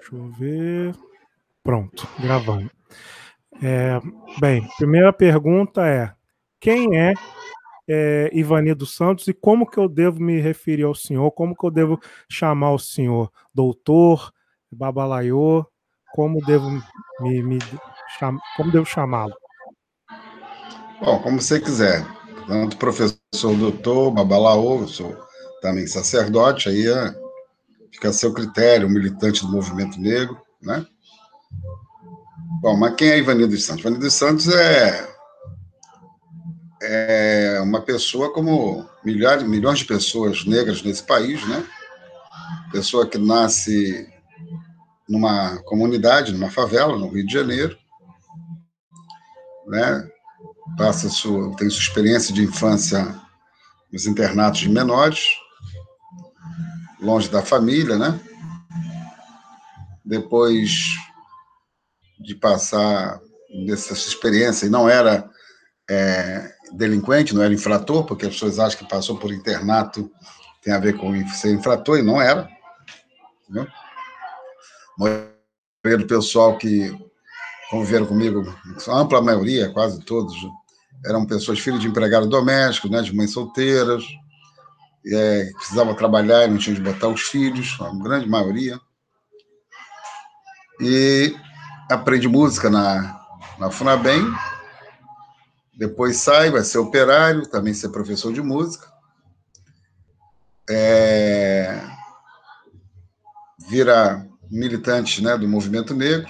Deixa eu ver. Pronto, gravando. Bem, primeira pergunta é: quem é Ivani dos Santos e como que eu devo me referir ao senhor? Como que eu devo chamar o senhor? Doutor, Babalaiô? Como devo como devo chamá-lo? Bom, como você quiser. Tanto professor, doutor, babalaô, eu sou também sacerdote, aí fica a seu critério, militante do movimento negro, né? Bom, mas quem é Ivani dos Santos? Ivani dos Santos é uma pessoa como milhões de pessoas negras nesse país, né? Pessoa que nasce numa comunidade, numa favela, no Rio de Janeiro, né? Tem sua experiência de infância nos internatos de menores, longe da família, né? Depois de passar dessa experiência, e não era delinquente, não era infrator, porque as pessoas acham que passou por internato tem a ver com ser infrator, e não era. Né? A maioria do pessoal que conviveram comigo, a ampla maioria, quase todos, eram pessoas filhos de empregado doméstico, né, de mães solteiras, que precisavam trabalhar e não tinham de botar os filhos, a grande maioria. E aprendi música na Funabem, depois sai, vai ser operário, também ser professor de música. Vira militante, né, do movimento negro,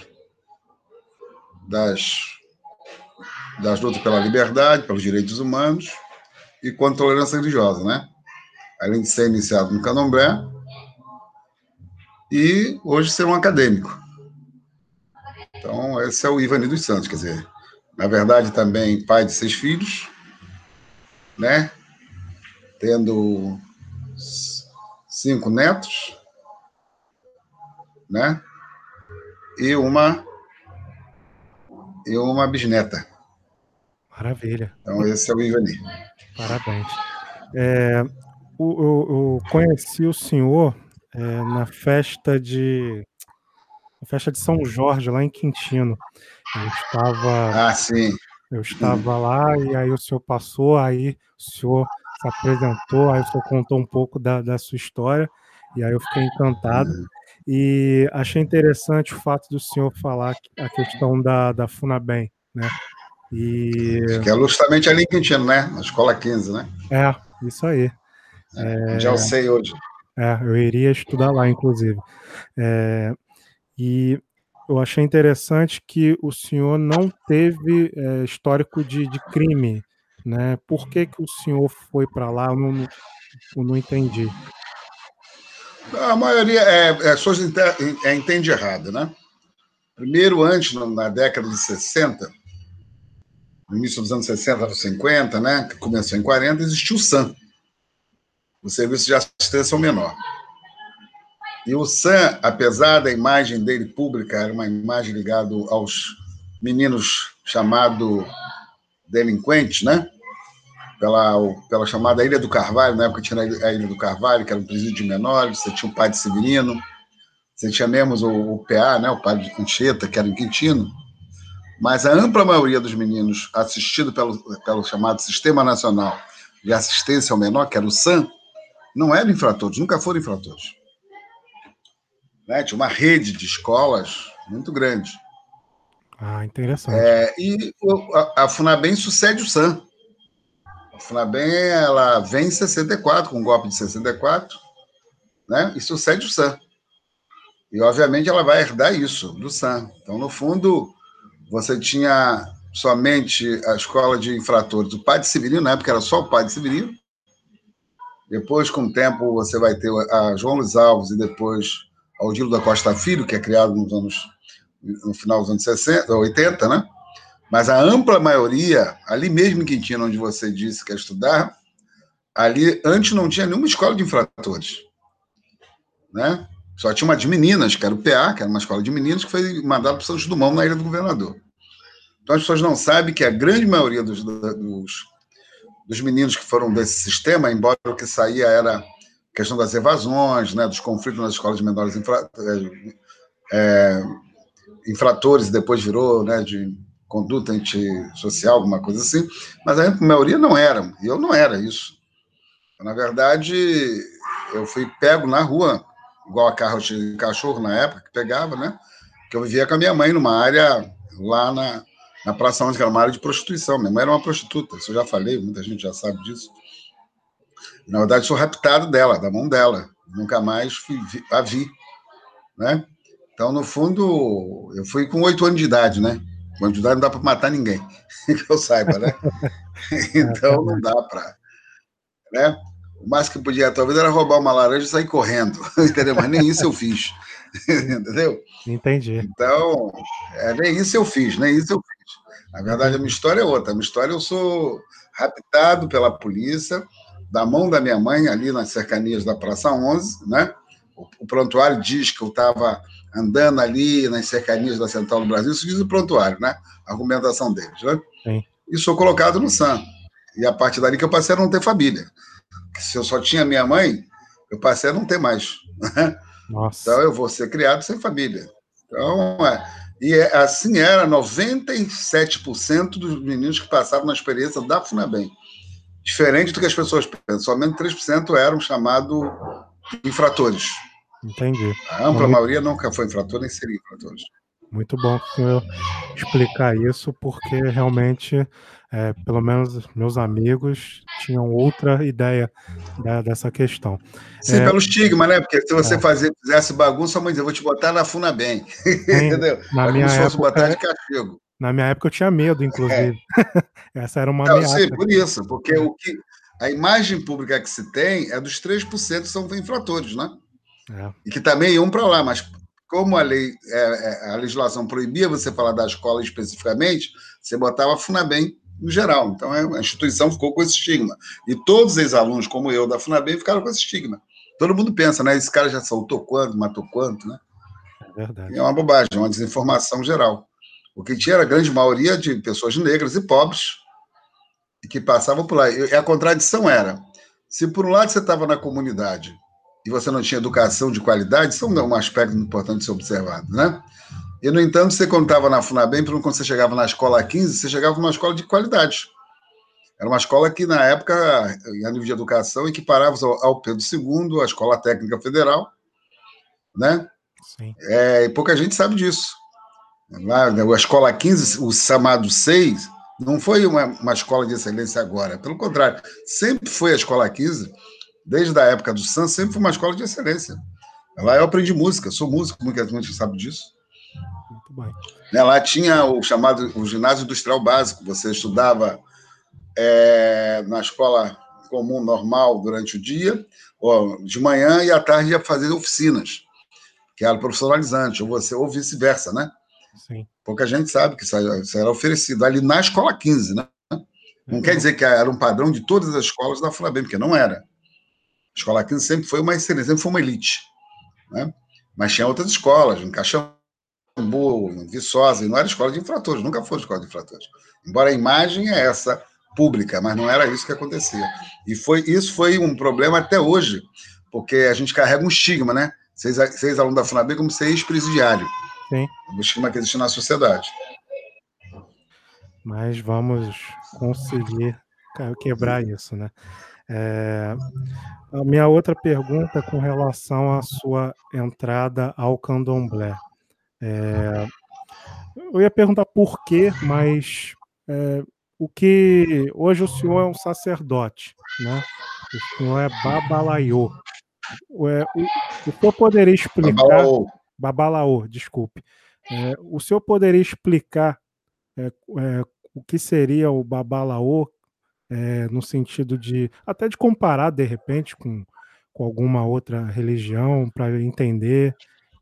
das lutas pela liberdade, pelos direitos humanos e contra a tolerância religiosa, né? Além de ser iniciado no Candomblé e hoje ser um acadêmico. Então, esse é o Ivani dos Santos, quer dizer, na verdade também pai de 6 filhos, né? Tendo 5 netos, né? E uma bisneta. Maravilha. Então, esse é o Ivani. Parabéns. Eu conheci o senhor na festa de São Jorge, lá em Quintino. Eu estava, Ah, sim. eu estava lá e aí o senhor passou, aí o senhor se apresentou, aí o senhor contou um pouco da sua história, e aí eu fiquei encantado. E achei interessante o fato do senhor falar a questão da Funabem, né? E Que é justamente ali em Quintino, né? Na Escola 15, né? isso aí. Já eu sei hoje. Eu iria estudar lá, inclusive. E eu achei interessante que o senhor não teve histórico de crime, né? Por que que o senhor foi para lá? Eu não entendi. A maioria pessoas entende errado, né? Primeiro, antes, na década de 60, no início dos anos 60, anos 50, né? Que começou em 40, existiu o SAM, o Serviço de Assistência ao Menor. E o SAM, apesar da imagem dele pública, era uma imagem ligada aos meninos chamados delinquentes, né? Pela chamada Ilha do Carvalho, na época tinha a Ilha do Carvalho, que era um presídio de menores, você tinha o Padre Severino, você tinha mesmo o PA, né, o Padre Anchieta, que era em Quintino, mas a ampla maioria dos meninos assistido pelo chamado Sistema Nacional de Assistência ao Menor, que era o SAM, não eram infratores, nunca foram infratores. Né? Tinha uma rede de escolas muito grande. Ah, interessante. E a Funabem sucede o SAM. A Funabem ela vem em 64, com o golpe de 64, né? E sucede o SAM. E, obviamente, ela vai herdar isso do SAM. Então, no fundo, você tinha somente a escola de infratores do Padre Severino, na época era só o Padre Severino. Depois, com o tempo, você vai ter a João Luiz Alves e depois a Odilo da Costa Filho, que é criado no final dos anos 60, 80, né? Mas a ampla maioria, ali mesmo em Quintino, onde você disse que ia estudar, ali antes não tinha nenhuma escola de infratores, né? Só tinha uma de meninas, que era o PA, que era uma escola de meninas, que foi mandada para Santos Dumont, na Ilha do Governador. Então as pessoas não sabem que a grande maioria dos meninos que foram desse sistema, embora o que saía era a questão das evasões, né, dos conflitos nas escolas de menores infratores, depois virou, né, de conduta antissocial, alguma coisa assim, mas a maioria não era, e eu não era isso. Na verdade, eu fui pego na rua, igual a carro de cachorro na época, que pegava, né? Que eu vivia com a minha mãe numa área lá na Praça 11, que era uma área de prostituição. Minha mãe era uma prostituta, isso eu já falei, muita gente já sabe disso. Na verdade, sou raptado dela, da mão dela. Nunca mais a vi, né? Então, no fundo, eu fui com 8 anos de idade, né? Com 8 anos de idade não dá para matar ninguém, que eu saiba, né? Então, não dá para... Né? O mais que podia, talvez, era roubar uma laranja e sair correndo, entendeu? Mas nem isso eu fiz, entendeu? Entendi. Então, nem isso eu fiz, nem isso eu fiz. Na verdade, a minha história é outra. A minha história, eu sou raptado pela polícia, da mão da minha mãe, ali nas cercanias da Praça 11, né? O prontuário diz que eu estava andando ali nas cercanias da Central do Brasil, isso diz o prontuário, né? A argumentação deles, né? Sim. E sou colocado no SAM. E a partir dali que eu passei a não ter família. Se eu só tinha minha mãe, eu passei a não ter mais. Né? Nossa. Então eu vou ser criado sem família. Então, assim era 97% dos meninos que passavam na experiência da FUNABEM. Diferente do que as pessoas pensam, somente 3% eram chamados infratores. Entendi. A ampla maioria nunca foi infrator, nem seria infratores. Muito bom o senhor explicar isso, porque realmente, pelo menos meus amigos tinham outra ideia dessa questão. Sim, pelo estigma, né? Porque se você fizesse bagunça, a mãe dizia, eu vou te botar na FUNABEM. Entendeu? Na É minha como se fosse época, botar de castigo. Na minha época eu tinha medo, inclusive. Essa era uma ameaça. Sim, por isso, porque a imagem pública que se tem é dos 3% que são infratores, né? E que também iam para lá, mas como a legislação proibia você falar da escola especificamente, você botava a FUNABEM no geral. Então, a instituição ficou com esse estigma. E todos os ex-alunos, como eu, da FUNABEM, ficaram com esse estigma. Todo mundo pensa, né? Esse cara já soltou quanto, matou quanto, né? É verdade. E é uma bobagem, é uma desinformação geral. O que tinha era a grande maioria de pessoas negras e pobres que passavam por lá. E a contradição era, se por um lado você estava na comunidade e você não tinha educação de qualidade, isso é um aspecto importante de ser observado, né? E, no entanto, você contava na FUNABEM, quando você chegava na escola 15, você chegava numa escola de qualidade. Era uma escola que, na época, a nível de educação, equiparava ao Pedro II, a Escola Técnica Federal, né? Sim. E pouca gente sabe disso. Lá, a escola 15, o chamado 6, não foi uma escola de excelência agora. Pelo contrário, sempre foi a escola 15, desde a época do SAM, sempre foi uma escola de excelência. Lá eu aprendi música, sou músico, muita gente sabe disso. Muito bem. Lá tinha o ginásio industrial básico, você estudava na escola comum, normal, durante o dia, ou de manhã, e à tarde ia fazer oficinas, que era profissionalizante, ou vice-versa, né? Sim. Pouca gente sabe que isso era oferecido ali na escola 15, né? Não quer dizer que era um padrão de todas as escolas da FUNABEM, porque não era. A escola 15 sempre foi uma excelência, sempre foi uma elite, né? Mas tinha outras escolas, em Caxambu, em Viçosa, e não era escola de infratores, nunca foi escola de infratores. Embora a imagem é essa, pública, mas não era isso que acontecia. E isso foi um problema até hoje, porque a gente carrega um estigma, né? Seis alunos da FUNABEM como ser ex-presidiário. Sim. O estigma que existe na sociedade. Mas vamos conseguir quebrar isso, né? A minha outra pergunta é com relação à sua entrada ao candomblé. Eu ia perguntar por quê, mas hoje o senhor é um sacerdote, né? O senhor é babalaiô. O senhor poderia explicar... Babalaô, desculpe. O senhor poderia explicar o que seria o babalaô, no sentido de até de comparar de repente com alguma outra religião para entender?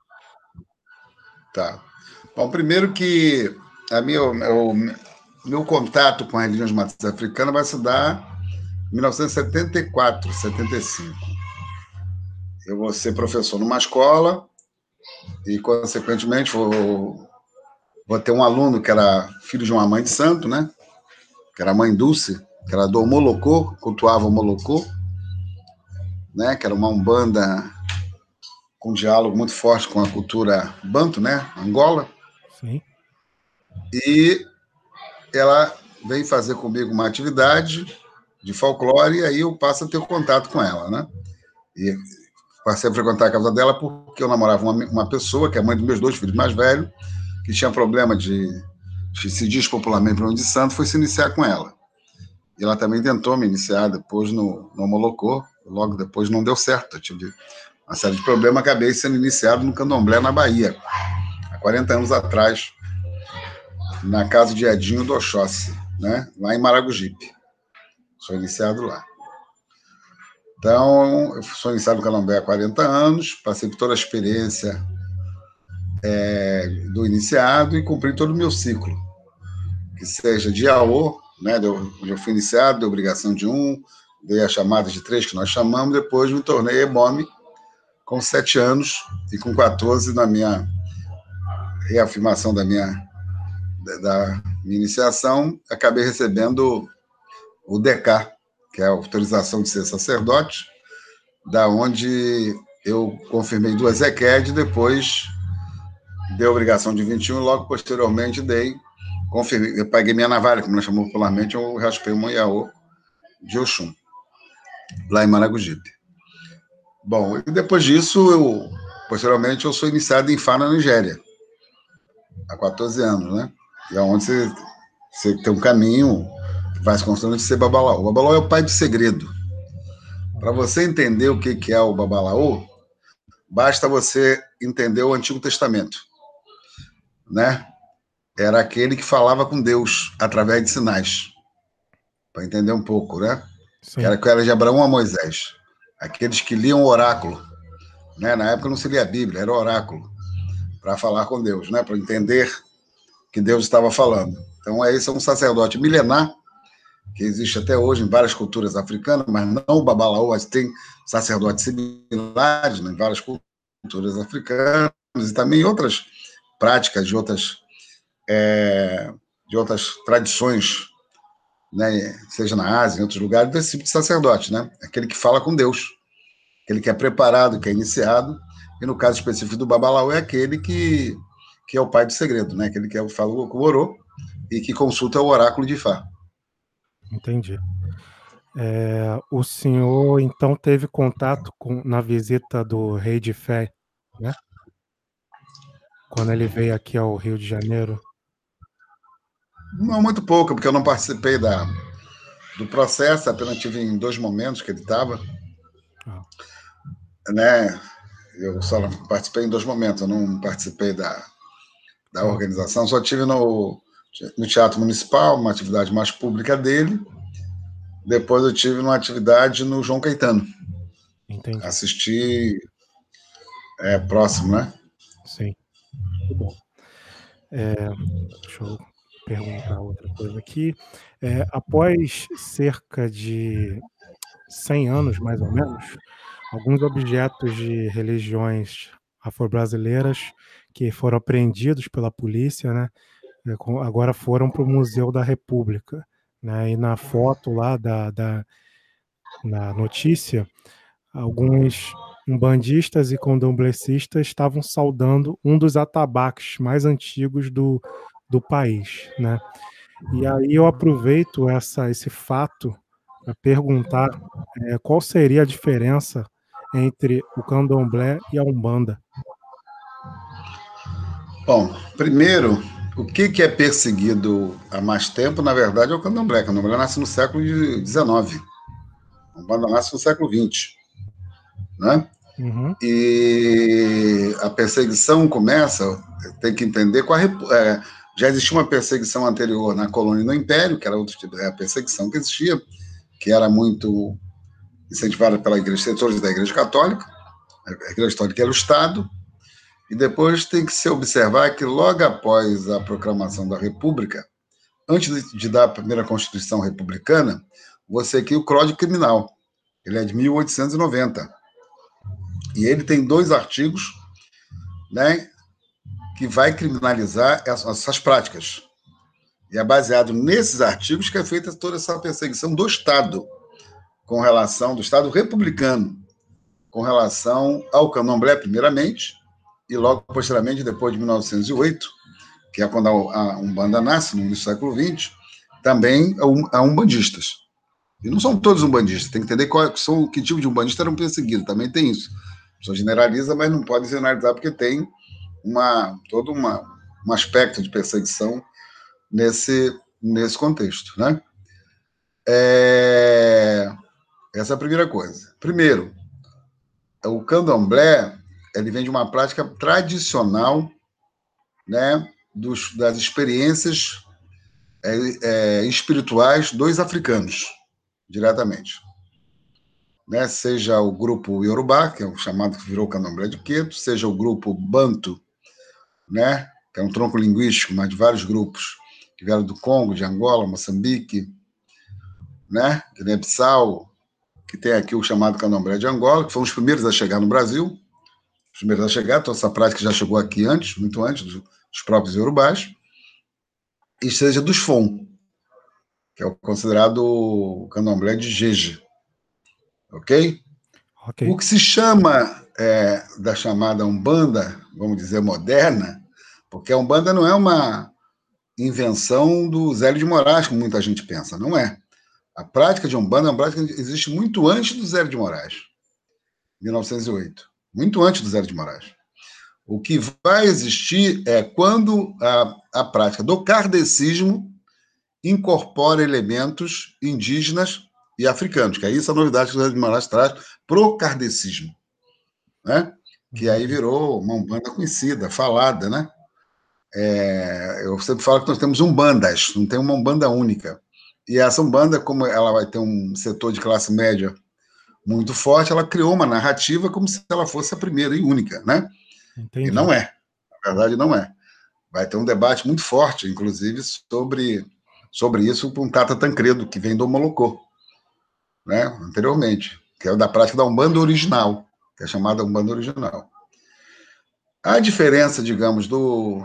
Tá. Bom, primeiro que meu contato com a religião de matriz africana vai se dar em 1974, 75. Eu vou ser professor numa escola e, consequentemente, vou ter um aluno que era filho de uma mãe de santo, né? Que era a mãe Dulce, que era do Molocô, cultuava o Molocô, né? Que era uma umbanda com um diálogo muito forte com a cultura banto, né? Angola. Sim. E ela vem fazer comigo uma atividade de folclore e aí eu passo a ter contato com ela, né? E passei a frequentar a casa dela porque eu namorava uma pessoa, que é a mãe dos meus 2 filhos mais velhos, que tinha problema de se diz popularmente problema de santo, foi se iniciar com ela. E ela também tentou me iniciar depois no Molocô, logo depois não deu certo. Eu tive uma série de problemas, acabei sendo iniciado no candomblé na Bahia, há 40 anos atrás, na casa de Edinho do Oxóssi, né? Lá em Maragogipe. Sou iniciado lá. Então, eu sou iniciado no candomblé há 40 anos, passei por toda a experiência do iniciado e cumpri todo o meu ciclo. Que seja de AO, né? Eu fui iniciado, dei obrigação de 1, dei a chamada de 3, que nós chamamos, depois me tornei EBOME com 7 anos e com 14, na minha reafirmação da minha iniciação, acabei recebendo o DK, que é a autorização de ser sacerdote, da onde eu confirmei 2 EQED, depois dei a obrigação de 21 e logo posteriormente confirmei, eu paguei minha navalha, como nós chamamos popularmente, eu raspei um Iaô de Oxum, lá em Maragogipe. Bom, e depois disso, posteriormente, eu sou iniciado em Fá na Nigéria, há 14 anos, né? E é onde você tem um caminho que vai se construindo de ser Babalaô. O Babalaô é o pai do segredo. Para você entender o que é o Babalaô, basta você entender o Antigo Testamento, né? Era aquele que falava com Deus através de sinais, para entender um pouco, né? Que Sim. era de Abraão a Moisés. Aqueles que liam o oráculo, né? Na época não se lia a Bíblia, era o oráculo, para falar com Deus, né? Para entender que Deus estava falando. Então, esse é um sacerdote milenar, que existe até hoje em várias culturas africanas, mas não o Babalaô, mas tem sacerdotes similares, né, em várias culturas africanas e também em outras práticas de outras tradições, né, seja na Ásia, em outros lugares, desse tipo de sacerdote, né? Aquele que fala com Deus, aquele que é preparado, que é iniciado, e no caso específico do Babalaô é aquele que é o pai do segredo, né? Aquele que fala com o Orô e que consulta o oráculo de Fá. Entendi. O senhor, então, teve contato na visita do Rei de Fé, né? Quando ele veio aqui ao Rio de Janeiro? Não, muito pouco, porque eu não participei do processo, apenas tive em 2 momentos que ele estava, Ah, né? Eu só participei em 2 momentos, eu não participei da ok. organização, só tive no Teatro Municipal, uma atividade mais pública dele. Depois eu tive uma atividade no João Caetano. Entendi. Assisti próximo, né? Sim, muito bom. Deixa eu perguntar outra coisa aqui. Após cerca de 100 anos, mais ou menos, alguns objetos de religiões afro-brasileiras que foram apreendidos pela polícia, né, agora foram para o Museu da República, né, e na foto lá na notícia, alguns umbandistas e candomblecistas estavam saudando um dos atabaques mais antigos do país, né. E aí eu aproveito esse fato para perguntar, qual seria a diferença entre o candomblé e a umbanda? Bom, primeiro, o que é perseguido há mais tempo, na verdade, é o candomblé. O candomblé nasce no século XIX. A Umbanda nasce no século XX, né? Uhum, E a perseguição começa, tem que entender, já existia uma perseguição anterior na colônia e no Império, que era outro tipo de perseguição que existia, que era muito incentivada pela igreja, setores da Igreja Católica. A Igreja Católica era o Estado, e depois tem que se observar que logo após a proclamação da República, antes de dar a primeira Constituição Republicana, você cria o Código Criminal. Ele é de 1890. E ele tem 2 artigos, né, que vai criminalizar essas práticas. E é baseado nesses artigos que é feita toda essa perseguição do Estado, com relação do Estado republicano, com relação ao candomblé, primeiramente, e logo posteriormente, depois de 1908, que é quando a Umbanda nasce, no início do século XX, também há umbandistas. E não são todos umbandistas, tem que entender que tipo de umbandista eram perseguidos, também tem isso. A pessoa generaliza, mas não pode generalizar porque tem todo um aspecto de perseguição nesse contexto, né? Essa é a primeira coisa. Primeiro, o candomblé ele vem de uma prática tradicional, né, das experiências espirituais dos africanos, diretamente. Né? Seja o grupo Yorubá, que é o chamado que virou candomblé de Queto, seja o grupo Banto, né, que é um tronco linguístico, mas de vários grupos que vieram do Congo, de Angola, Moçambique, né, Guiné-Bissau, que tem aqui o chamado candomblé de Angola, que foram os primeiros a chegar no Brasil, os primeiros a chegar, então essa prática já chegou aqui antes, muito antes dos próprios Yorubás, e seja dos Fon, que é o considerado candomblé de Jeje, ok? O que se chama da chamada Umbanda, vamos dizer, moderna, porque a Umbanda não é uma invenção do Zélio de Moraes, como muita gente pensa, não é. A prática de Umbanda é uma prática que existe muito antes do Zélio de Moraes, 1908, muito antes do Zélio de Moraes. O que vai existir é quando a prática do kardecismo incorpora elementos indígenas e africanos, que é isso a novidade que o Zélio de Moraes traz pro kardecismo, né? Que aí virou uma Umbanda conhecida, falada, né? Eu sempre falo que nós temos umbandas, não tem uma Umbanda única. E essa Umbanda, como ela vai ter um setor de classe média muito forte, ela criou uma narrativa como se ela fosse a primeira e única, né? Entendi. E não é. Na verdade, não é. Vai ter um debate muito forte, inclusive, sobre isso com Tata Tancredo, que vem do Molocô, né? Anteriormente, que é da prática da Umbanda original, que é chamada Umbanda original. A diferença, digamos, do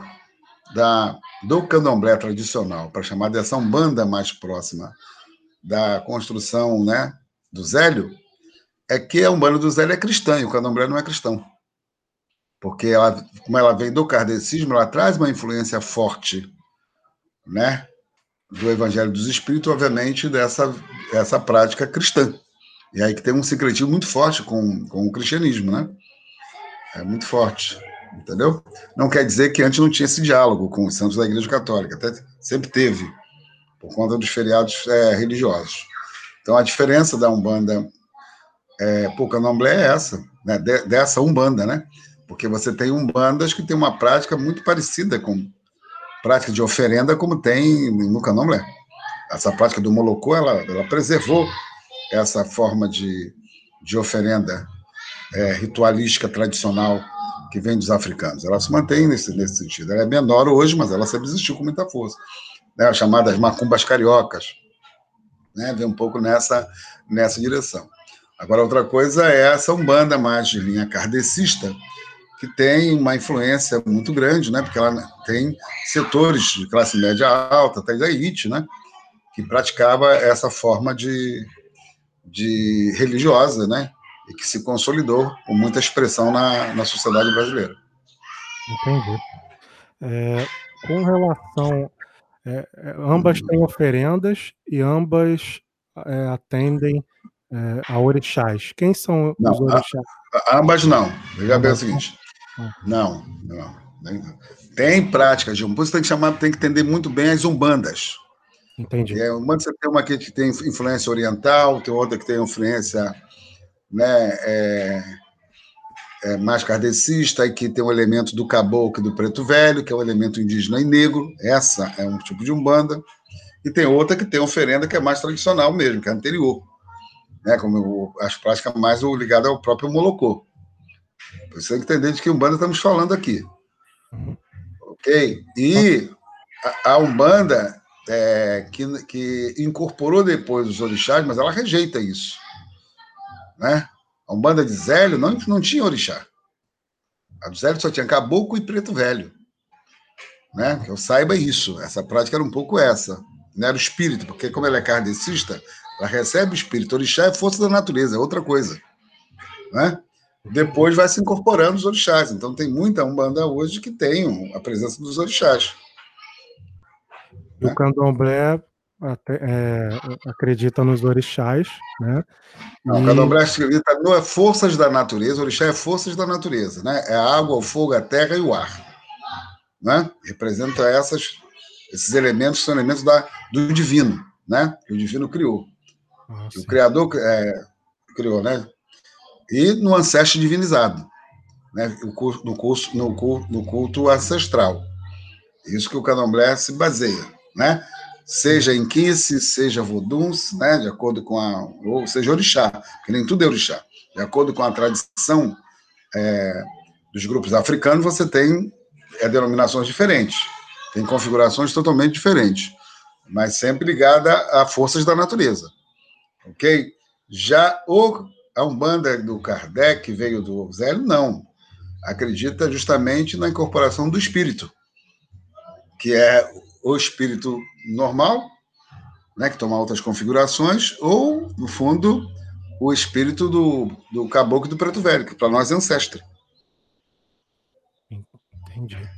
candomblé tradicional para chamar dessa Umbanda mais próxima da construção, né, do Zélio, é que a Umbanda do Zélio é cristã e o candomblé não é cristão. Porque, como ela vem do kardecismo, ela traz uma influência forte, né, do Evangelho dos Espíritos, obviamente, dessa prática cristã. E aí que tem um secretismo muito forte com o cristianismo, né? É muito forte, entendeu? Não quer dizer que antes não tinha esse diálogo com os santos da Igreja Católica, até sempre teve, por conta dos feriados religiosos. Então, a diferença da Umbanda pro candomblé é essa, né? Dessa Umbanda, né? Porque você tem umbandas que tem uma prática muito parecida com prática de oferenda como tem no candomblé. Essa prática do Molocô, ela preservou essa forma de oferenda ritualística tradicional que vem dos africanos. Ela se mantém nesse sentido. Ela é menor hoje, mas ela sempre existiu com muita força. Né? As chamadas macumbas cariocas, né? Vem um pouco nessa direção. Agora, outra coisa é essa Umbanda mais de linha kardecista, que tem uma influência muito grande, né? Porque ela tem setores de classe média alta, até da elite, né? Que praticava essa forma de religiosa, né? E que se consolidou com muita expressão na sociedade brasileira. Entendi. Com relação... ambas têm oferendas e ambas atendem a orixás. Quem são os orixás? Ambas não. Veja bem o seguinte. Não. Tem práticas de Umbanda, você tem que entender muito bem as umbandas. Entendi. Porque Umbanda você tem uma que tem influência oriental, tem outra que tem influência, né, mais kardecista, e que tem um elemento do caboclo e do preto velho, que é um elemento indígena e negro. Essa é um tipo de Umbanda. E tem outra que tem oferenda, que é mais tradicional mesmo, que é anterior. Né, como as práticas mais ligadas ao próprio Molocô. Você tem que entender de que Umbanda estamos falando aqui. Ok? E a Umbanda, que incorporou depois os orixás, mas ela rejeita isso. Né? A Umbanda de Zélio não tinha orixá. A do Zélio só tinha caboclo e preto velho. Né? Que eu saiba isso. Essa prática era um pouco essa. Não era o espírito, porque como ela é kardecista, ela recebe o espírito. O orixá é força da natureza, é outra coisa. Né? Depois vai se incorporando os orixás. Então tem muita umbanda hoje que tem a presença dos orixás. E o candomblé acredita nos orixás, né? Não, o candomblé acredita nas forças da natureza. O orixá é forças da natureza, né? É a água, o fogo, a terra e o ar, né? Representa esses elementos, são elementos do divino, né? Que o divino criou. Que o Criador criou, né? E no ancestro divinizado, né? No culto ancestral. Isso que o candomblé se baseia, né? Seja em Quice, seja Vodum, né? De acordo com ou seja orixá, que nem tudo é orixá. De acordo com a tradição dos grupos africanos, você tem denominações diferentes, tem configurações totalmente diferentes, mas sempre ligada a forças da natureza, ok? Já a Umbanda do Kardec, que veio do Zélio, não. Acredita justamente na incorporação do espírito, que é o espírito normal, né, que toma outras configurações, ou, no fundo, o espírito do caboclo e do preto velho, que para nós é ancestro. Entendi.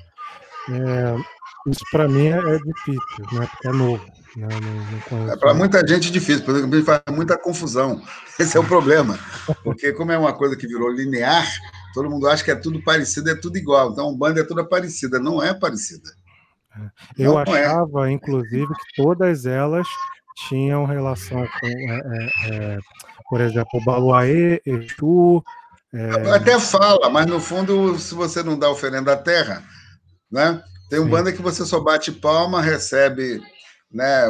Isso para mim é difícil, né, porque é novo. Né, não conheço. Para muita gente é difícil, porque faz muita confusão. Esse é o problema. Porque, como é uma coisa que virou linear, todo mundo acha que é tudo parecido, é tudo igual. Então, Umbanda é toda parecida. Não é parecida. Eu achava, inclusive, que todas elas tinham relação com, por exemplo, o Baluaê, Exu. Até fala, mas no fundo, se você não dá oferenda à terra, né? Tem Umbanda que você só bate palma, recebe, né,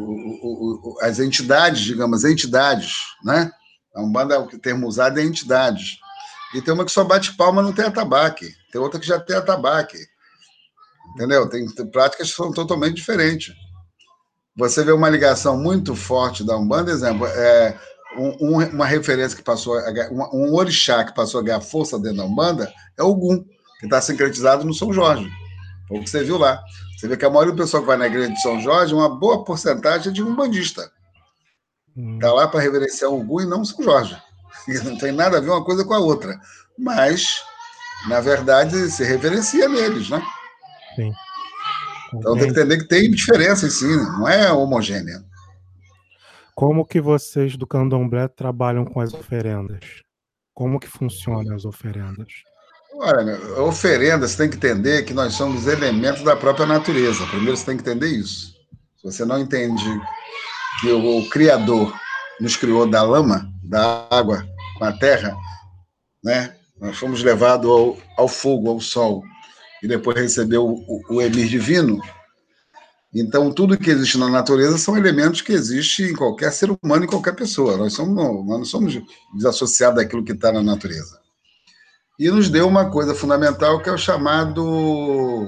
as entidades, digamos, né? A Umbanda, o termo usado é entidades. E tem uma que só bate palma, não tem atabaque. Tem outra que já tem atabaque. Entendeu? Tem práticas que são totalmente diferentes. Você vê uma ligação muito forte da Umbanda, exemplo, uma referência que passou, um orixá que passou a ganhar força dentro da Umbanda é o Ogum, que está sincretizado no São Jorge. Foi o que você viu lá. Você vê que a maioria do pessoal que vai na igreja de São Jorge, uma boa porcentagem é de umbandista. Está lá para reverenciar o Ogum e não o São Jorge. E não tem nada a ver uma coisa com a outra. Mas, na verdade, se reverencia neles, né? Sim. Então tem que entender que tem diferença, sim, não é homogênea. Como que vocês do Candomblé trabalham com as oferendas? Como que funcionam as oferendas? Olha, oferenda, você tem que entender que nós somos elementos da própria natureza. Primeiro você tem que entender isso. Se você não entende que o Criador nos criou da lama, da água, com a terra, né? Nós fomos levados ao fogo, ao sol, e depois recebeu o emir divino. Então, tudo que existe na natureza são elementos que existem em qualquer ser humano, em qualquer pessoa. Nós não somos desassociados daquilo que está na natureza. E nos deu uma coisa fundamental, que é o chamado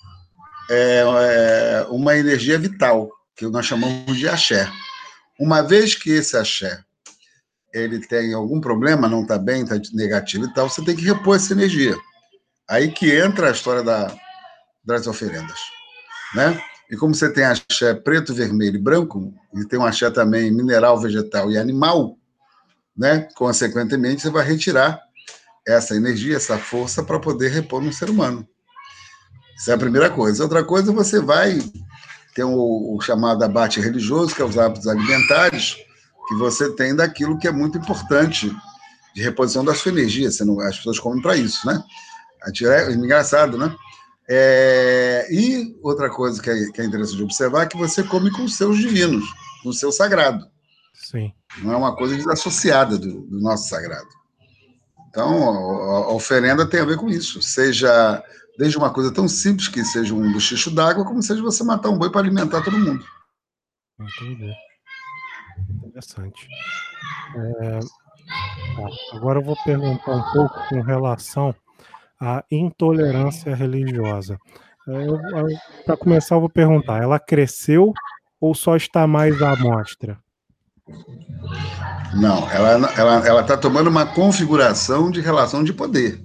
uma energia vital, que nós chamamos de axé. Uma vez que esse axé ele tem algum problema, não está bem, está negativo e tal, você tem que repor essa energia. Aí que entra a história das oferendas, né? E como você tem axé preto, vermelho e branco, e tem um axé também mineral, vegetal e animal, né? Consequentemente, você vai retirar essa energia, essa força para poder repor no ser humano. Isso é a primeira coisa. Outra coisa, você vai ter o chamado abate religioso, que é os hábitos alimentares, que você tem daquilo que é muito importante de reposição da sua energia. As pessoas comem para isso, né? É engraçado, né? E outra coisa que é interessante de observar é que você come com os seus divinos, com o seu sagrado. Sim. Não é uma coisa desassociada do nosso sagrado. Então, a oferenda tem a ver com isso. Seja desde uma coisa tão simples que seja um bochicho d'água, como seja você matar um boi para alimentar todo mundo. Entendi. Interessante. Agora eu vou perguntar um pouco com relação à intolerância religiosa. Para começar, eu vou perguntar: ela cresceu ou só está mais à mostra? Não, ela está tomando uma configuração de relação de poder,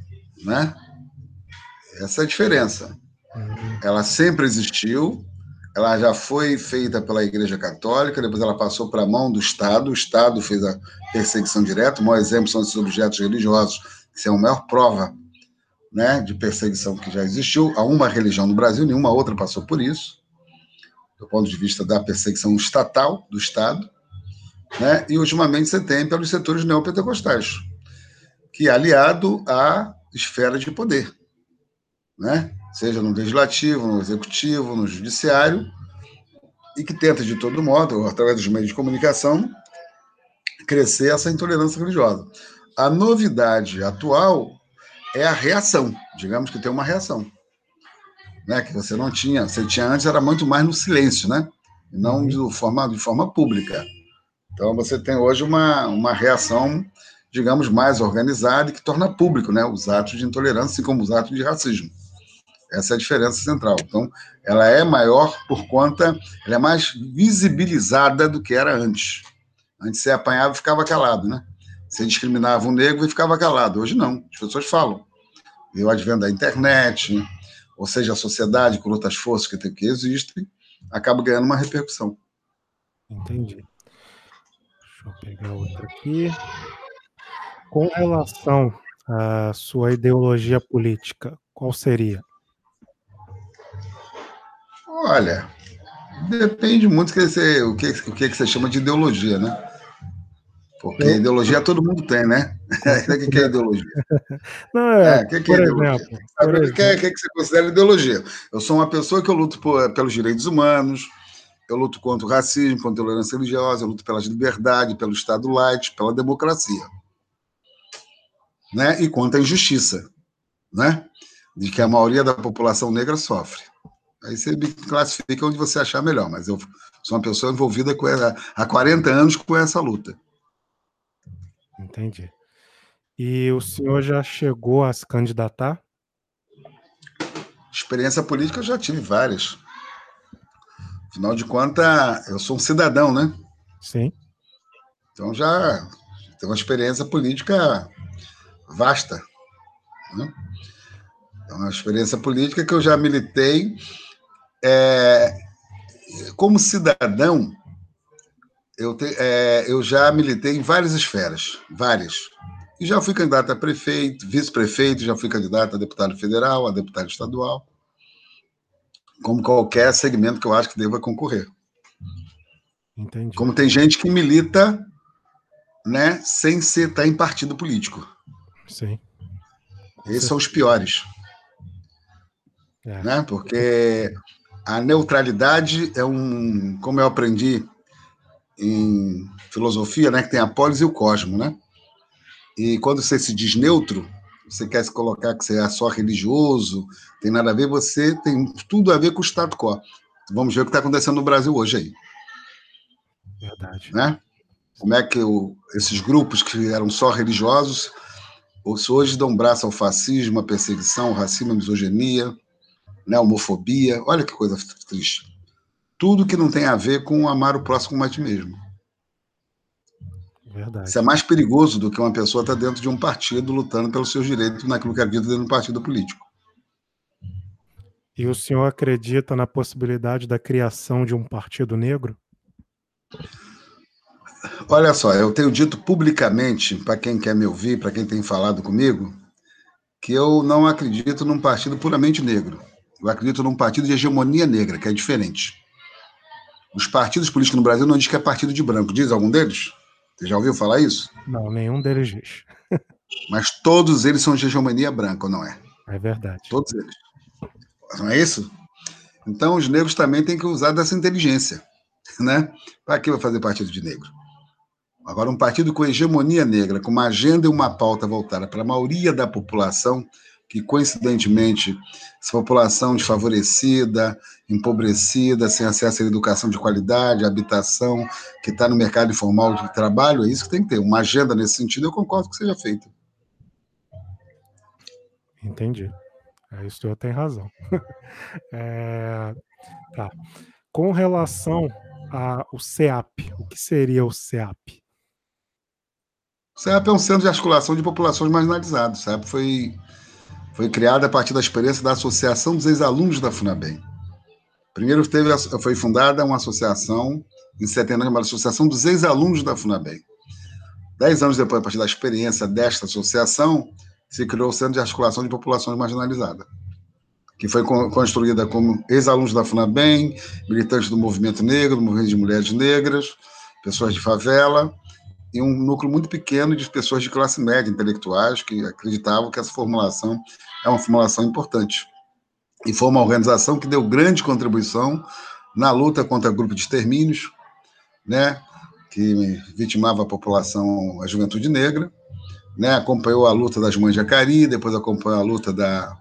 né? Essa é a diferença. Ela sempre existiu, ela já foi feita pela Igreja Católica, depois ela passou para a mão do Estado, o Estado fez a perseguição direta, o maior exemplo são esses objetos religiosos, que são a maior prova, né, de perseguição que já existiu. Há uma religião no Brasil, nenhuma outra passou por isso, do ponto de vista da perseguição estatal do Estado, né, e ultimamente você tem pelos setores neopentecostais, que é aliado à esfera de poder, né, seja no legislativo, no executivo, no judiciário, e que tenta, de todo modo, através dos meios de comunicação, crescer essa intolerância religiosa. A novidade atual é a reação. Digamos que tem uma reação, né? Que você não tinha. Você tinha antes, era muito mais no silêncio, né? E não de forma pública. Então, você tem hoje uma reação, digamos, mais organizada e que torna público, né, os atos de intolerância, assim como os atos de racismo. Essa é a diferença central. Então, ela é maior por conta, ela é mais visibilizada do que era antes. Antes você apanhava e ficava calado, né? Você discriminava um negro e ficava calado. Hoje não, as pessoas falam. E o advento da internet, ou seja, a sociedade com outras forças que existem, acaba ganhando uma repercussão. Entendi. Deixa eu pegar outra aqui. Com relação à sua ideologia política, qual seria? Olha, depende muito o que você chama de ideologia, né? Porque ideologia todo mundo tem, né? O que é ideologia? Não, O que é por ideologia? exemplo, Sabe o que você considera ideologia? Eu sou uma pessoa que eu luto pelos direitos humanos, eu luto contra o racismo, contra a intolerância religiosa, eu luto pela liberdade, pelo Estado laico, pela democracia, né? E contra a injustiça, né? De que a maioria da população negra sofre. Aí você me classifica onde você achar melhor, mas eu sou uma pessoa envolvida há 40 anos com essa luta. Entendi. E o senhor já chegou a se candidatar? Experiência política eu já tive várias. Afinal de contas, eu sou um cidadão, né? Sim. Então já tenho uma experiência política vasta, né? É uma experiência política que eu já militei. Como cidadão, eu já militei em várias esferas, várias. E já fui candidato a prefeito, vice-prefeito, já fui candidato a deputado federal, a deputado estadual, como qualquer segmento que eu acho que deva concorrer. Entendi. Como tem gente que milita, né, sem estar em partido político. Sim. Esses são os piores. Né? Porque a neutralidade é como eu aprendi em filosofia, né, que tem a polis e o cosmo, né? E quando você se diz neutro, você quer se colocar que você é só religioso, tem nada a ver, você tem tudo a ver com o status quo. Vamos ver o que está acontecendo no Brasil hoje aí. Verdade. Né? Como é que esses grupos que eram só religiosos hoje dão braço ao fascismo, à perseguição, ao racismo, à misoginia, né, homofobia. Olha que coisa triste. Tudo que não tem a ver com amar o próximo como a ti mesmo. Verdade. Isso é mais perigoso do que uma pessoa estar dentro de um partido lutando pelos seus direitos naquilo que é vida dentro de um partido político. E o senhor acredita na possibilidade da criação de um partido negro? Olha só, eu tenho dito publicamente, para quem quer me ouvir, para quem tem falado comigo, que eu não acredito num partido puramente negro. Eu acredito num partido de hegemonia negra, que é diferente. Os partidos políticos no Brasil não dizem que é partido de branco. Diz algum deles? Você já ouviu falar isso? Não, nenhum deles diz. Mas todos eles são de hegemonia branca, ou não é? É verdade. Todos eles. Não é isso? Então, os negros também têm que usar dessa inteligência, né? Para que vai fazer partido de negro? Agora, um partido com hegemonia negra, com uma agenda e uma pauta voltada para a maioria da população, que, coincidentemente, essa população desfavorecida, empobrecida, sem acesso à educação de qualidade, à habitação, que está no mercado informal de trabalho, é isso que tem que ter. Uma agenda nesse sentido, eu concordo que seja feita. Entendi. Aí o senhor tem razão. Tá. Com relação ao CEAP, o que seria o CEAP? O CEAP é um centro de articulação de populações marginalizadas. O CEAP foi criado a partir da experiência da Associação dos Ex-Alunos da FUNABEM. Primeiro foi fundada uma associação, em 70, chamada Associação dos Ex-Alunos da FUNABEM. 10 anos depois, a partir da experiência desta associação, se criou o Centro de Articulação de Populações Marginalizadas, que foi construída como ex-alunos da FUNABEM, militantes do movimento negro, do movimento de mulheres negras, pessoas de favela, e um núcleo muito pequeno de pessoas de classe média, intelectuais, que acreditavam que essa formulação é uma formulação importante. E foi uma organização que deu grande contribuição na luta contra o grupo de extermínios, né, que vitimava a população, a juventude negra, né, acompanhou a luta das Mães de Acari, depois acompanhou a luta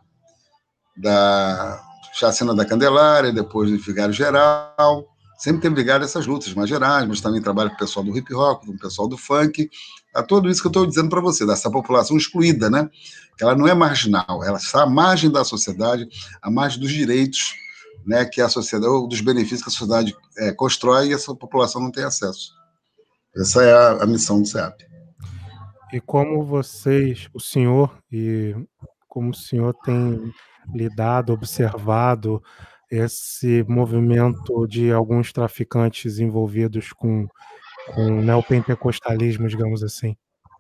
da Chacina da Candelária, depois do Vigário Geral, sempre teve ligado a essas lutas mais gerais, mas também trabalha com o pessoal do hip hop, com o pessoal do funk, a tudo isso que eu estou dizendo para você, dessa população excluída, né? Que ela não é marginal, ela está à margem da sociedade, à margem dos direitos, né, que a sociedade, ou dos benefícios que a sociedade constrói e essa população não tem acesso. Essa é a missão do CEAP. E como o senhor tem lidado, observado esse movimento de alguns traficantes envolvidos com neopentecostalismo, digamos assim?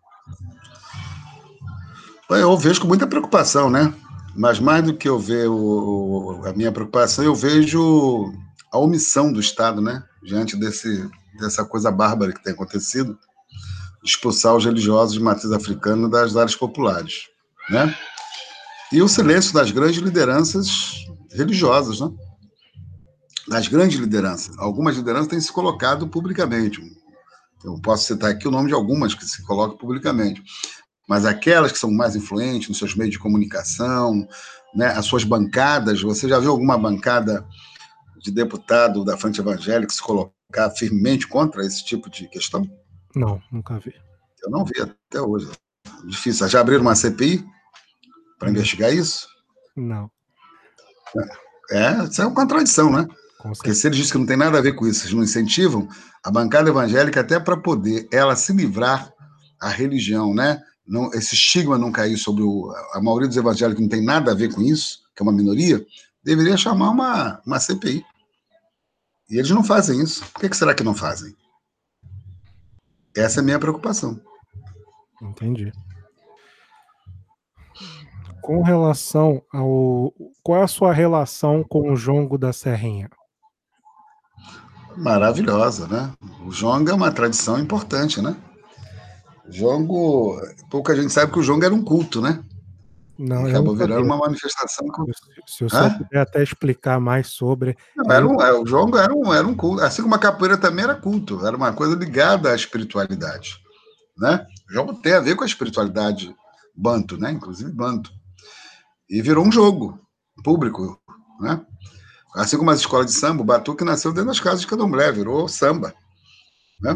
Eu vejo com muita preocupação, né? Mas mais do que eu ver a minha preocupação, eu vejo a omissão do Estado, né? Diante dessa coisa bárbara que tem acontecido, expulsar os religiosos de matriz africana das áreas populares, né? E o silêncio das grandes lideranças religiosas, né? Das grandes lideranças. Algumas lideranças têm se colocado publicamente. Eu posso citar aqui o nome de algumas que se colocam publicamente. Mas aquelas que são mais influentes nos seus meios de comunicação, né, as suas bancadas, você já viu alguma bancada de deputado da Frente Evangélica se colocar firmemente contra esse tipo de questão? Não, nunca vi. Eu não vi até hoje. Difícil. Já abriram uma CPI para investigar isso? Não. Isso é uma contradição, né? Porque se eles dizem que não tem nada a ver com isso, eles não incentivam a bancada evangélica até para poder ela se livrar a religião, né? Não, esse estigma não cair sobre a maioria dos evangélicos que não tem nada a ver com isso, que é uma minoria, deveria chamar uma CPI. E eles não fazem isso. Por que será que não fazem? Essa é a minha preocupação. Entendi. Com relação ao... Qual é a sua relação com o jongo da Serrinha? Maravilhosa, né? O jongo é uma tradição importante, né? Jongo, pouca gente sabe que o jongo era um culto, né? Não, eu não acabou virando sabia. uma manifestação. Se o senhor puder até explicar mais sobre... Não, o jongo era um culto, assim como a capoeira também era culto, era uma coisa ligada à espiritualidade, né? O jongo tem a ver com a espiritualidade banto, né? Inclusive banto. E virou um jogo público, né? Assim como as escolas de samba, o batuque nasceu dentro das casas de candomblé, virou samba, né?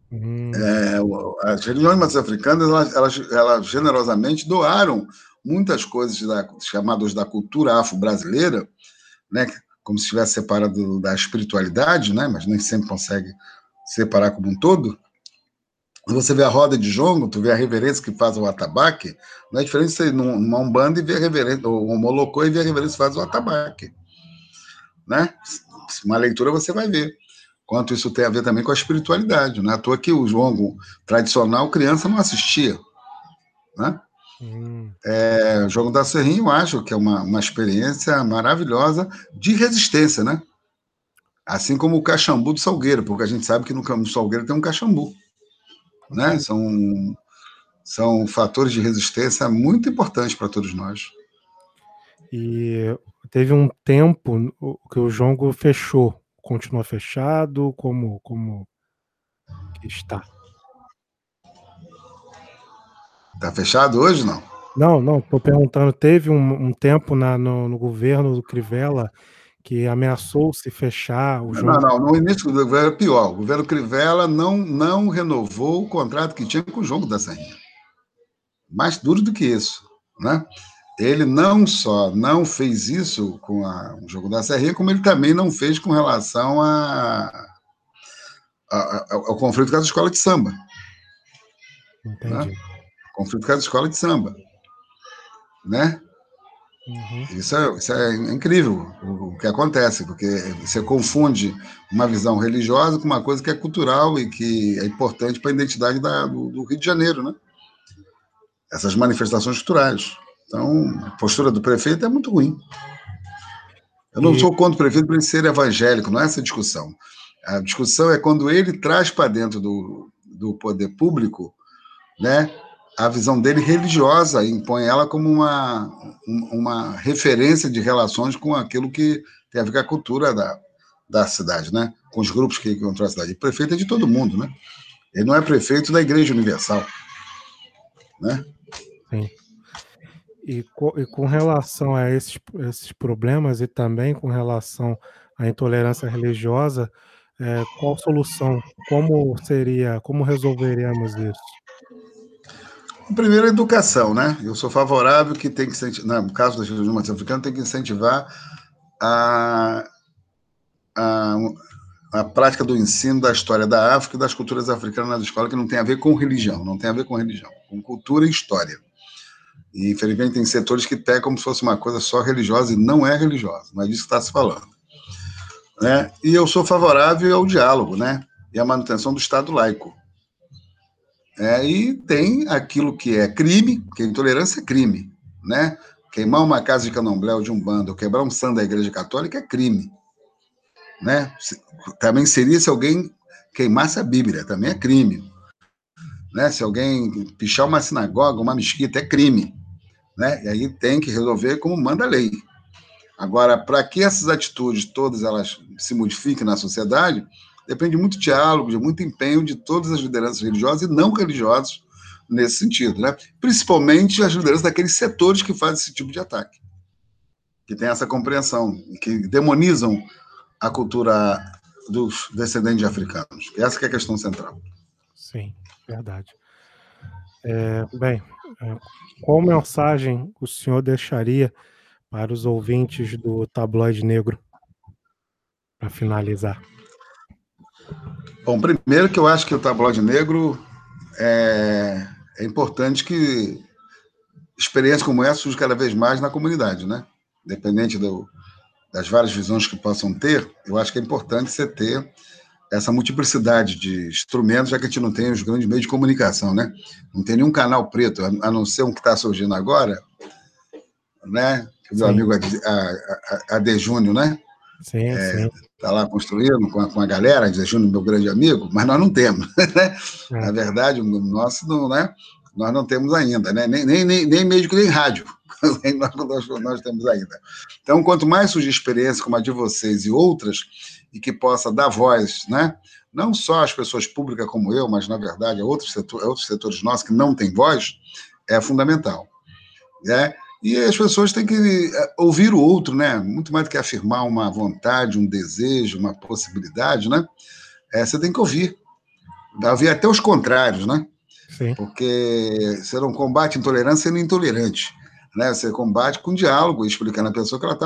As religiões matriz africanas, elas generosamente doaram muitas coisas chamadas da cultura afro-brasileira, né? Como se estivesse separado da espiritualidade, né? Mas nem sempre consegue separar como um todo. Você vê a roda de jongo, tu vê a reverência que faz o atabaque, não é diferente você ir numa umbanda e ver a reverência, ou um molocô e ver a reverência que faz o atabaque, né? Uma leitura você vai ver quanto isso tem a ver também com a espiritualidade, não é à toa que o jongo tradicional criança não assistia, né? O jogo da Serrinha eu acho que é uma experiência maravilhosa de resistência, né? Assim como o caxambu do Salgueiro, porque a gente sabe que no Salgueiro tem um caxambu, né? São fatores de resistência muito importantes para todos nós. E teve um tempo que o jongo fechou. Continua fechado? Como que está? Está fechado hoje, não? Não, estou perguntando, teve um tempo no governo do Crivella que ameaçou se fechar o jongo? Não, no início do governo era pior. O governo Crivella não renovou o contrato que tinha com o jogo da Serrinha. Mais duro do que isso, né? Ele não só não fez isso com o jogo da Serrinha, como ele também não fez com relação ao conflito com as escolas de samba. Entendi. Né? Conflito com as escolas de samba. Né? Uhum. Isso é incrível o que acontece, porque você confunde uma visão religiosa com uma coisa que é cultural e que é importante para a identidade do Rio de Janeiro, né? Essas manifestações culturais. Então, a postura do prefeito é muito ruim. Eu não E sou contra o prefeito por ele ser evangélico, não é essa a discussão. A discussão é quando ele traz para dentro do poder público, né, a visão dele religiosa e impõe ela como uma referência de relações com aquilo que tem a ver com a cultura da cidade, né, com os grupos que controlam a cidade. O prefeito é de todo mundo, né? Ele não é prefeito da Igreja Universal, né? sim. E com relação a esses problemas e também com relação à intolerância religiosa, qual solução? Como resolveríamos isso? Primeiro, a educação, né? Eu sou favorável que tem que incentivar, no caso das religiões matriz africanas, tem que incentivar a, a, a prática do ensino da história da África e das culturas africanas nas escolas, que não tem a ver com religião, não tem a ver com religião, com cultura e história. E, infelizmente, tem setores que pegam como se fosse uma coisa só religiosa e não é religiosa, não é disso que está se falando. Né? E eu sou favorável ao diálogo, né? E à manutenção do Estado laico. E tem aquilo que é crime, que a intolerância é crime, né? Queimar uma casa de candomblé ou de umbanda, ou quebrar um santo da Igreja Católica é crime, né? Também seria se alguém queimasse a Bíblia, também é crime, né? Se alguém pichar uma sinagoga, uma mesquita, é crime, né? E aí tem que resolver como manda a lei. Agora, para que essas atitudes todas elas se modifiquem na sociedade, depende muito de diálogo, de muito empenho de todas as lideranças religiosas e não religiosas nesse sentido, né? Principalmente as lideranças daqueles setores que fazem esse tipo de ataque, que tem essa compreensão, que demonizam a cultura dos descendentes de africanos. Essa que é a questão central. Sim, verdade. Bem, é, qual mensagem o senhor deixaria para os ouvintes do Tabloide Negro, para finalizar? Bom, primeiro que eu acho que o tabloide negro é importante que experiências como essa surjam cada vez mais na comunidade, né? Independente das várias visões que possam ter, eu acho que é importante você ter essa multiplicidade de instrumentos, já que a gente não tem os grandes meios de comunicação, né? Não tem nenhum canal preto, a não ser um que está surgindo agora, né? Que o meu Sim, amigo Ade Júnior, né? sim, sim. Está lá construindo com a galera, Ade Júnior, meu grande amigo, mas nós não temos, né? Na É, verdade, o nosso não, né? Nós não temos ainda, né? Nem médico, nem rádio. nós temos ainda. Então, quanto mais surgir experiência como a de vocês e outras, e que possa dar voz, né? Não só às pessoas públicas como eu, mas, na verdade, a outros setores nossos que não têm voz, é fundamental. Né? E as pessoas têm que ouvir o outro, né? Muito mais do que afirmar uma vontade, um desejo, uma possibilidade, né? Você tem que ouvir até os contrários, né? sim, Porque você não combate intolerância sendo intolerante. Né? Você combate com diálogo, explicando à pessoa que ela está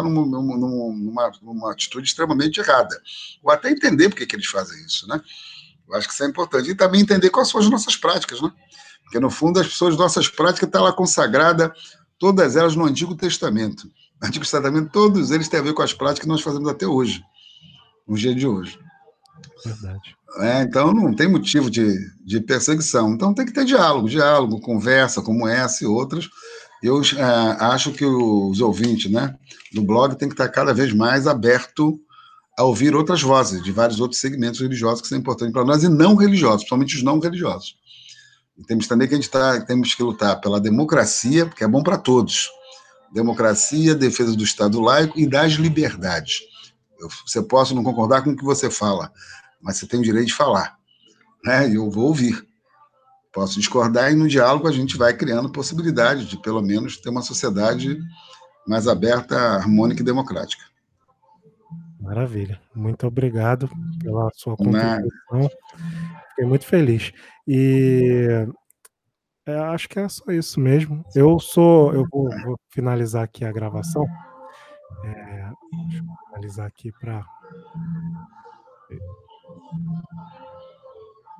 numa atitude extremamente errada. Ou até entender por que eles fazem isso. Né? Eu acho que isso é importante. E também entender quais são as nossas práticas. Né? Porque, no fundo, as pessoas, nossas práticas, estão lá consagradas, todas elas no Antigo Testamento. No Antigo Testamento, todos eles têm a ver com as práticas que nós fazemos até hoje, no dia de hoje. verdade. Então não tem motivo de perseguição. Então tem que ter diálogo, conversa como essa e outras. Eu acho que os ouvintes, né, do blog tem que estar cada vez mais aberto a ouvir outras vozes de vários outros segmentos religiosos que são importantes para nós e não religiosos, principalmente os não religiosos. E temos também que temos que lutar pela democracia, que é bom para todos. Democracia, defesa do Estado laico e das liberdades. Você pode não concordar com o que você fala, mas você tem o direito de falar, né? E eu vou ouvir. Posso discordar e no diálogo a gente vai criando possibilidade de, pelo menos, ter uma sociedade mais aberta, harmônica e democrática. Maravilha. Muito obrigado pela sua Na... contribuição. Fiquei muito feliz. E acho que é só isso mesmo. Eu vou finalizar aqui a gravação. Deixa eu finalizar aqui para.